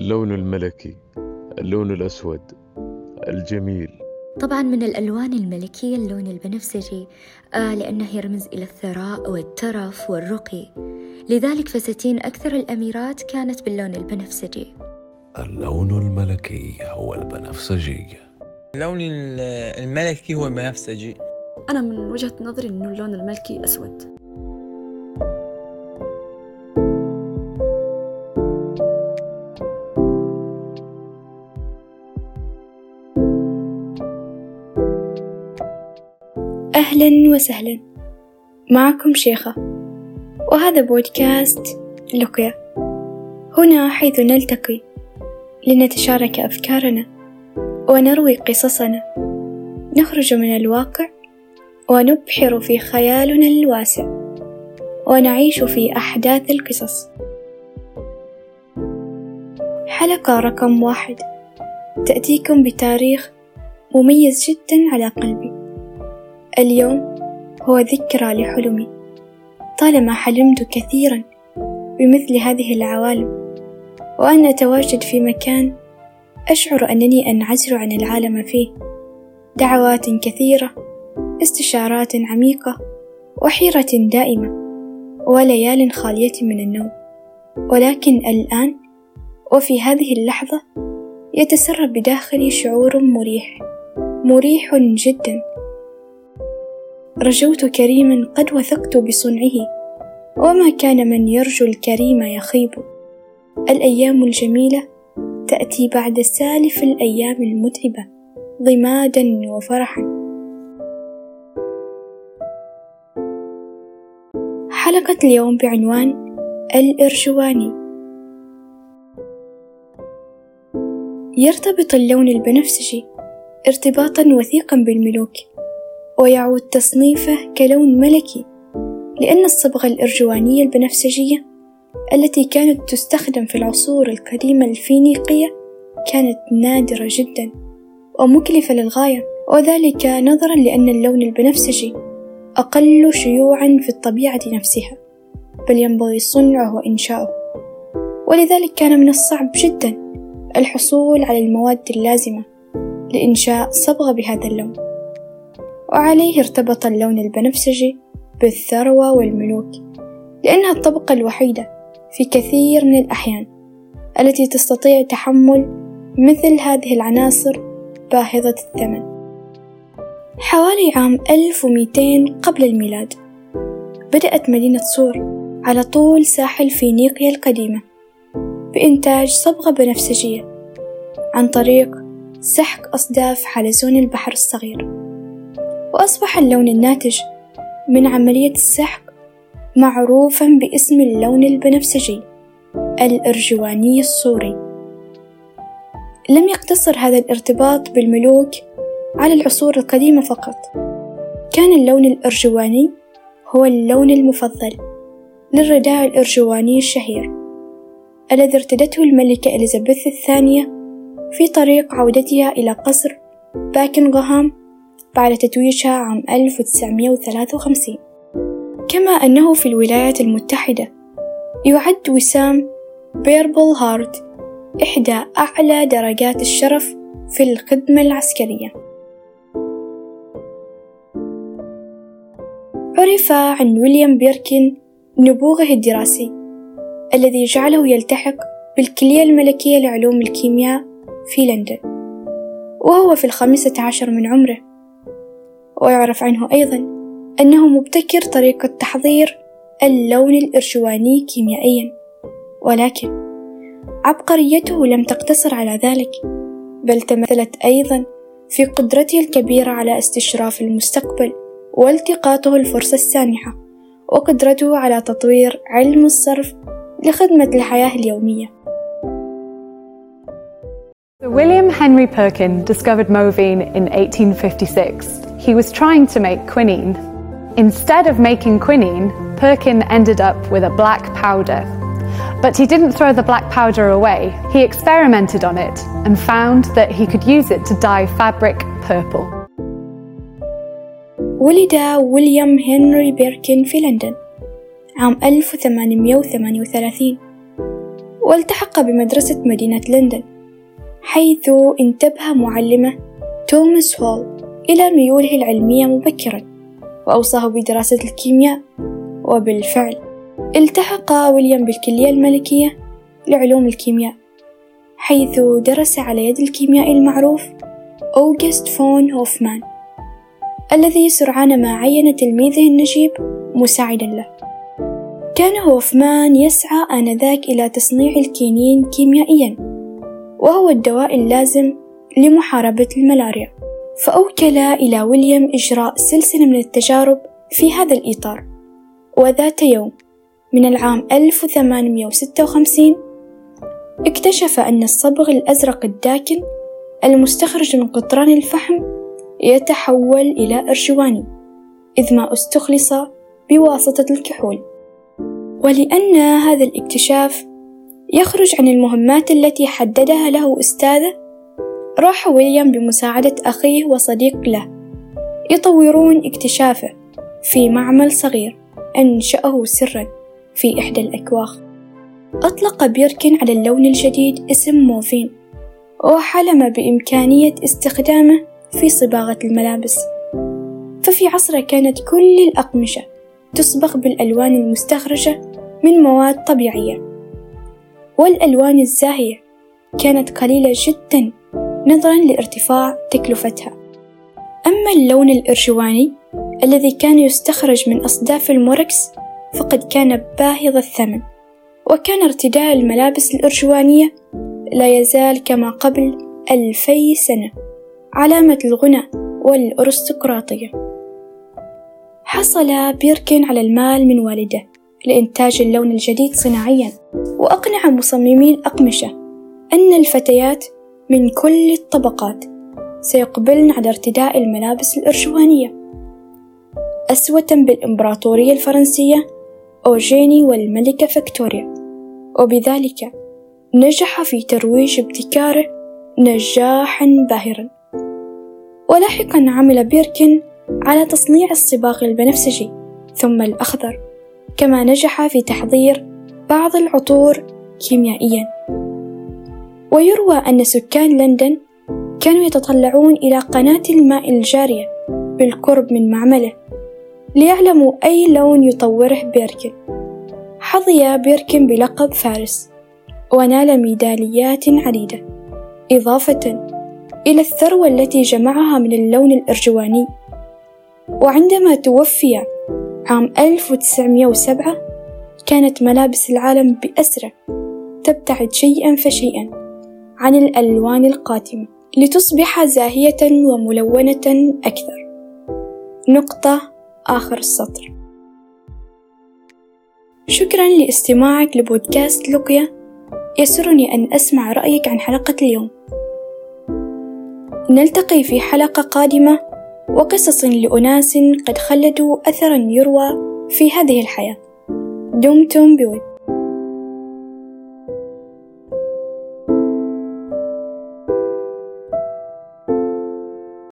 اللون الملكي، اللون الأسود الجميل. طبعا من الألوان الملكية اللون البنفسجي، لأنه يرمز إلى الثراء والترف والرقي، لذلك فساتين أكثر الأميرات كانت باللون البنفسجي. اللون الملكي هو البنفسجي. اللون الملكي هو البنفسجي. أنا من وجهة نظري إنه اللون الملكي أسود. أهلا وسهلا، معكم شيخة، وهذا بودكاست لقيا، هنا حيث نلتقي لنتشارك أفكارنا ونروي قصصنا، نخرج من الواقع ونبحر في خيالنا الواسع ونعيش في أحداث القصص. حلقة رقم 1 تأتيكم بتاريخ مميز جدا على قلبي. اليوم هو ذكرى لحلمي، طالما حلمت كثيرا بمثل هذه العوالم، وأن أتواجد في مكان أشعر أنني أنعزل عن العالم فيه. دعوات كثيرة، استشارات عميقة، وحيرة دائمة، وليال خالية من النوم. ولكن الآن وفي هذه اللحظة يتسرب بداخلي شعور مريح جدا. رجوت كريما قد وثقت بصنعه، وما كان من يرجو الكريم يخيب. الأيام الجميلة تأتي بعد سالف الأيام المتعبة ضمادا وفرحا. حلقة اليوم بعنوان الأرجواني. يرتبط اللون البنفسجي ارتباطا وثيقا بالملوك، ويعود تصنيفه كلون ملكي، لأن الصبغة الأرجوانية البنفسجية التي كانت تستخدم في العصور القديمة الفينيقية كانت نادرة جدا ومكلفة للغاية، وذلك نظرا لأن اللون البنفسجي أقل شيوعا في الطبيعة نفسها، بل ينبغي صنعه وإنشاؤه، ولذلك كان من الصعب جدا الحصول على المواد اللازمة لإنشاء صبغة بهذا اللون. وعليه ارتبط اللون البنفسجي بالثروة والملوك، لأنها الطبقة الوحيدة في كثير من الأحيان التي تستطيع تحمل مثل هذه العناصر باهظة الثمن. حوالي عام 1200 قبل الميلاد بدأت مدينة صور على طول ساحل فينيقيا القديمة بإنتاج صبغة بنفسجية عن طريق سحق أصداف حلزون البحر الصغير، وأصبح اللون الناتج من عملية السحق معروفا باسم اللون البنفسجي الأرجواني الصوري. لم يقتصر هذا الارتباط بالملوك على العصور القديمة فقط، كان اللون الأرجواني هو اللون المفضل للرداء الأرجواني الشهير الذي ارتدته الملكة إليزابيث الثانية في طريق عودتها إلى قصر باكنغهام بعد تتويجها عام 1953. كما أنه في الولايات المتحدة يعد وسام بيربل هارت إحدى أعلى درجات الشرف في الخدمة العسكرية. عرف عن ويليام بيركن نبوغه الدراسي الذي جعله يلتحق بالكلية الملكية لعلوم الكيمياء في لندن وهو في 15 من عمره، ويعرف عنه أيضا أنه مبتكر طريقة تحضير اللون الأرجواني كيميائيا. ولكن عبقريته لم تقتصر على ذلك، بل تمثلت أيضا في قدرته الكبيرة على استشراف المستقبل والتقاطه الفرصة السانحة، وقدرته على تطوير علم الصرف لخدمة الحياة اليومية. William Henry Perkin discovered Movene in 1856. He was trying to make quinine. Instead of making quinine, Perkin ended up with a black powder. But he didn't throw the black powder away. He experimented on it and found that he could use it to dye fabric purple. ولد ويليام هنري بيركن في لندن عام 1838، والتحق بمدرسة مدينة لندن، حيث انتبه معلمه توماس هول إلى ميوله العلمية مبكرا وأوصاه بدراسة الكيمياء. وبالفعل التحق ويليام بالكلية الملكية لعلوم الكيمياء، حيث درس على يد الكيميائي المعروف أوغست فون هوفمان، الذي سرعان ما عين تلميذه النجيب مساعدا له. كان هوفمان يسعى آنذاك إلى تصنيع الكينين كيميائيا، وهو الدواء اللازم لمحاربة الملاريا، فأوكل إلى ويليام إجراء سلسلة من التجارب في هذا الإطار. وذات يوم من العام 1856 اكتشف أن الصبغ الأزرق الداكن المستخرج من قطران الفحم يتحول إلى أرجواني إذ ما استخلص بواسطة الكحول. ولأن هذا الاكتشاف يخرج عن المهمات التي حددها له أستاذه، راح ويليام بمساعدة أخيه وصديق له يطورون اكتشافه في معمل صغير أنشأه سرا في إحدى الأكواخ. أطلق بيركن على اللون الجديد اسم موفين، وحلم بإمكانية استخدامه في صباغة الملابس. ففي عصره كانت كل الأقمشة تصبغ بالألوان المستخرجة من مواد طبيعية، والألوان الزاهية كانت قليلة جدا نظرا لارتفاع تكلفتها. أما اللون الأرجواني الذي كان يستخرج من أصداف الموركس فقد كان باهظ الثمن، وكان ارتداء الملابس الأرجوانية لا يزال كما قبل 2000 سنة علامة الغنى والأرستقراطية. حصل بيركن على المال من والده لإنتاج اللون الجديد صناعيا، وأقنع مصممي الأقمشة أن الفتيات من كل الطبقات سيقبلن على ارتداء الملابس الأرجوانية، أسوة بالإمبراطورية الفرنسية أوجيني والملكة فيكتوريا، وبذلك نجح في ترويج ابتكاره نجاحا باهرا. ولاحقا عمل بيركن على تصنيع الصباغ البنفسجي ثم الأخضر، كما نجح في تحضير بعض العطور كيميائيا. ويروى أن سكان لندن كانوا يتطلعون إلى قناة الماء الجارية بالقرب من معمله ليعلموا أي لون يطوره بيركن. حظي بيركن بلقب فارس ونال ميداليات عديدة، إضافة إلى الثروة التي جمعها من اللون الأرجواني. وعندما توفي عام 1907 كانت ملابس العالم بأسره تبتعد شيئا فشيئا عن الألوان القاتمة لتصبح زاهية وملونة أكثر. نقطة آخر السطر. شكرا لاستماعك لبودكاست لقيا. يسرني أن أسمع رأيك عن حلقة اليوم. نلتقي في حلقة قادمة وقصص لأناس قد خلدوا أثرا يروى في هذه الحياة. دمتم بود.